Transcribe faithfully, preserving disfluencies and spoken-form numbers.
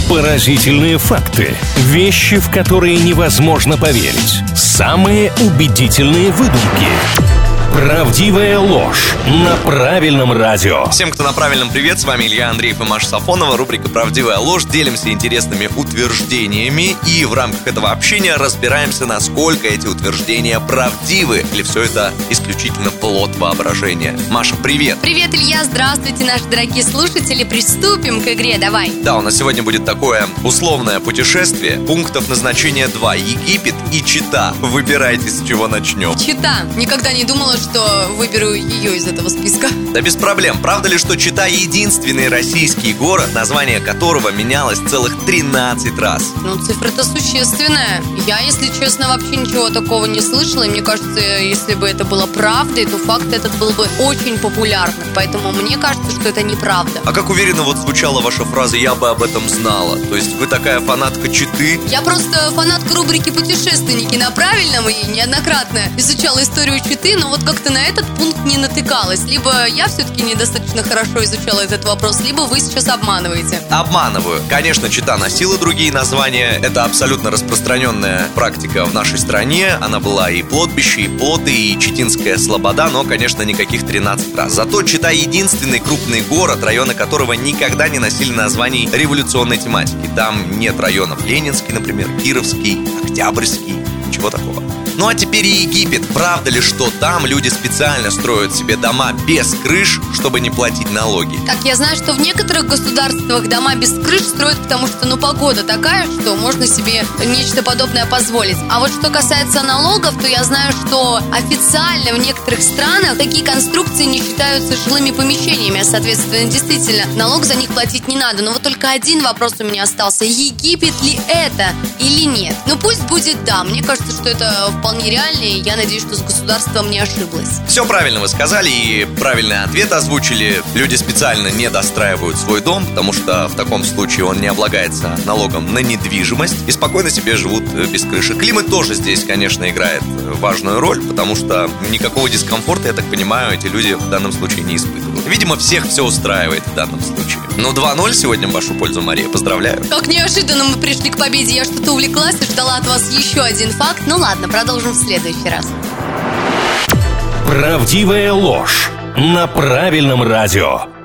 Поразительные факты. Вещи, в которые невозможно поверить. Самые убедительные выдумки. Правдивая ложь на правильном радио. Всем, кто на правильном, привет, с вами Илья Андреев и Маша Сафонова. Рубрика «Правдивая ложь». Делимся интересными утверждениями и в рамках этого общения разбираемся, насколько эти утверждения правдивы. Или все это исключительно плод воображения. Маша, привет. Привет, Илья, здравствуйте, наши дорогие слушатели. Приступим к игре, давай. Да, у нас сегодня будет такое условное путешествие. Пунктов назначения два: Египет и Чита. Выбирайте, с чего начнем. Чита. Никогда не думала, что выберу ее из этого списка. Да без проблем. Правда ли, что Чита единственный российский город, название которого менялось целых тринадцать раз? Ну, цифра-то существенная. Я, если честно, вообще ничего такого не слышала. И мне кажется, если бы это было правдой, то факт этот был бы очень популярным. Поэтому мне кажется, что это неправда. А как уверенно вот звучала ваша фраза «я бы об этом знала». То есть вы такая фанатка Читы? Я просто фанатка рубрики «Путешественники» на правильном и неоднократно изучала историю Читы, но вот как-то на этот пункт не натыкалась. Либо я все-таки недостаточно хорошо изучала этот вопрос, либо вы сейчас обманываете. Обманываю. Конечно, Чита носила другие названия. Это абсолютно распространенная практика в нашей стране. Она была и Плотбище, и Плоты, и Читинская Слобода, но, конечно, никаких тринадцать раз. Зато Чита единственный крупный город, районы которого никогда не носили названий революционной тематики. Там нет районов Ленинский, например, Кировский, Октябрьский, ничего такого. Ну а теперь и Египет. Правда ли, что там люди специально строят себе дома без крыш, чтобы не платить налоги? Так, я знаю, что в некоторых государствах дома без крыш строят, потому что, ну, погода такая, что можно себе нечто подобное позволить. А вот что касается налогов, то я знаю, что официально в некоторых странах такие конструкции не считаются жилыми помещениями, а, соответственно, действительно, налог за них платить не надо. Но вот только один вопрос у меня остался. Египет ли это или нет? Ну, пусть будет да. Мне кажется, что это вполне реально, и я надеюсь, что с государством не ошиблась. Все правильно вы сказали и правильный ответ озвучили. Люди специально не достраивают свой дом, потому что в таком случае он не облагается налогом на недвижимость и спокойно себе живут без крыши. Климат тоже здесь, конечно, играет важную роль, потому что никакого дискомфорта, я так понимаю, эти люди в данном случае не испытывают. Видимо, всех все устраивает в данном случае. Ну, два ноль сегодня в вашу пользу, Мария, поздравляю. Как неожиданно мы пришли к победе. Я что-то увлеклась и ждала от вас еще один факт. Ну ладно, продолжим в следующий раз. Правдивая ложь на правильном радио.